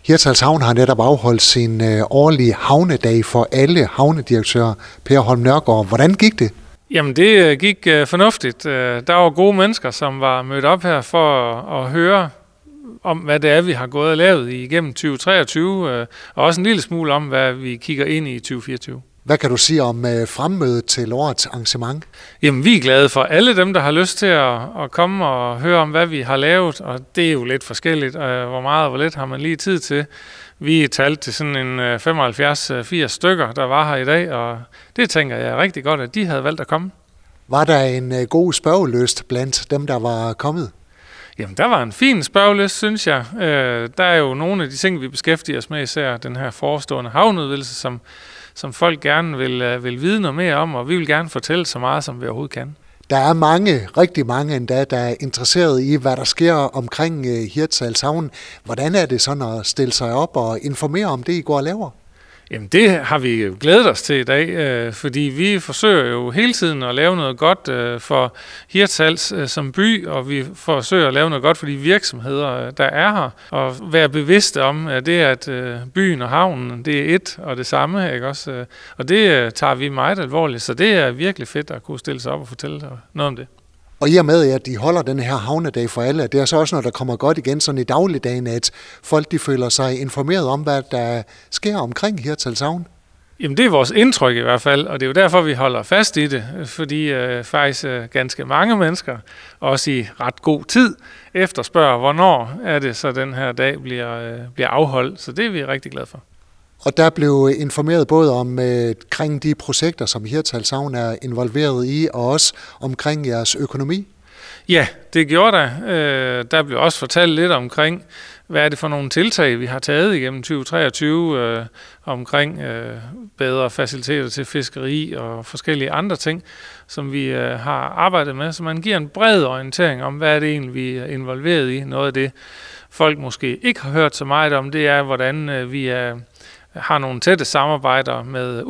Hirtshals Havn har netop afholdt sin årlige havnedag for alle havnedirektører. Per Holm Nørgaard, hvordan gik det? Jamen det gik fornuftigt. Der var gode mennesker, som var mødt op her for at høre om, hvad det er, vi har gået og lavet igennem 2023, og også en lille smule om, hvad vi kigger ind i 2024. Hvad kan du sige om fremmødet til årets arrangement? Jamen, vi er glade for alle dem, der har lyst til at komme og høre om, hvad vi har lavet, og det er jo lidt forskelligt, hvor meget og hvor lidt har man lige tid til. Vi er talt til sådan en 75-80 stykker, der var her i dag, og det tænker jeg rigtig godt, at de havde valgt at komme. Var der en god spørgelyst blandt dem, der var kommet? Jamen, der var en fin spørgelyst, synes jeg. Der er jo nogle af de ting, vi beskæftiger os med, især den her forestående havneudvidelse, som folk gerne vil vide noget mere om, og vi vil gerne fortælle så meget, som vi overhovedet kan. Der er rigtig mange endda, der er interesseret i, hvad der sker omkring Hirtshals Havn. Hvordan er det sådan at stille sig op og informere om det, I går og laver? Jamen det har vi glædet os til i dag, fordi vi forsøger jo hele tiden at lave noget godt for Hirtshals som by, og vi forsøger at lave noget godt for de virksomheder, der er her, og være bevidste om det, at byen og havnen, det er et og det samme, ikke også? Og det tager vi meget alvorligt, så det er virkelig fedt at kunne stille sig op og fortælle noget om det. Og i og med, at de holder den her havnedag for alle, det er så også noget, der kommer godt igen sådan i dagligdagen, at folk de føler sig informeret om, hvad der sker omkring Hirtshals Havn. Jamen det er vores indtryk i hvert fald, og det er jo derfor, vi holder fast i det, fordi faktisk ganske mange mennesker, også i ret god tid, efterspørger, hvornår er det så den her dag bliver afholdt, så det er vi rigtig glade for. Og der blev informeret både omkring de projekter, som Hirtshals Havn er involveret i, og også omkring jeres økonomi? Ja, det gjorde der. Der blev også fortalt lidt omkring, hvad er det for nogle tiltag, vi har taget igennem 2023 omkring bedre faciliteter til fiskeri og forskellige andre ting, som vi har arbejdet med. Så man giver en bred orientering om, hvad er det egentlig, vi er involveret i. Noget af det, folk måske ikke har hørt så meget om, det er, hvordan vi har nogle tætte samarbejder med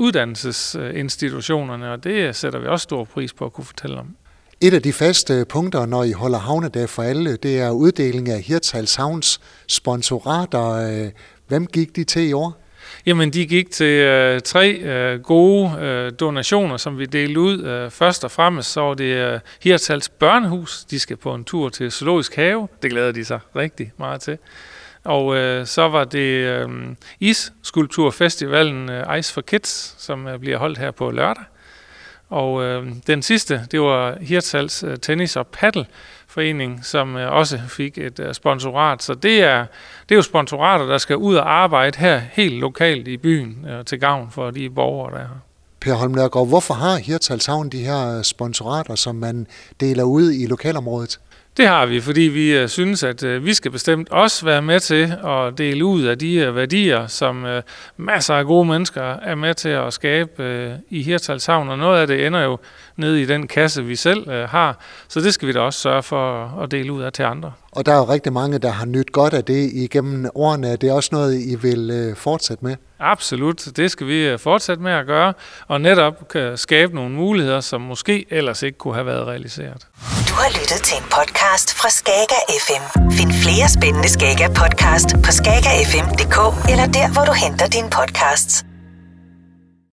uddannelsesinstitutionerne, og det sætter vi også stor pris på at kunne fortælle om. Et af de faste punkter, når I holder havnedag for alle, det er uddeling af Hirtshals Havns sponsorater. Hvem gik de til i år? Jamen, de gik til 3 gode donationer, som vi delte ud. Først og fremmest så var det Hirtshals Børnehus. De skal på en tur til Zoologisk Have. Det glæder de sig rigtig meget til. Og så var det Isskulpturfestivalen Ice for Kids, som bliver holdt her på lørdag. Og den sidste, det var Hirtshals Tennis- og Paddelforening, som også fik et sponsorat. Så det er jo sponsorater, der skal ud og arbejde her helt lokalt i byen til gavn for de borgere, der er her. Per Holm Nørgaard, hvorfor har Hirtshals Havn de her sponsorater, som man deler ud i lokalområdet? Det har vi, fordi vi synes, at vi skal bestemt også være med til at dele ud af de værdier, som masser af gode mennesker er med til at skabe i Hirtshals Havn, og noget af det ender jo nede i den kasse, vi selv har, så det skal vi da også sørge for at dele ud af til andre. Og der er jo rigtig mange, der har nydt godt af det igennem årene. Det er også noget, I vil fortsætte med? Absolut, det skal vi fortsætte med at gøre, og netop kan skabe nogle muligheder, som måske ellers ikke kunne have været realiseret. Du har lyttet til en podcast fra Skager FM. Find flere spændende Skager podcast på skagerfm.dk eller der, hvor du henter dine podcasts.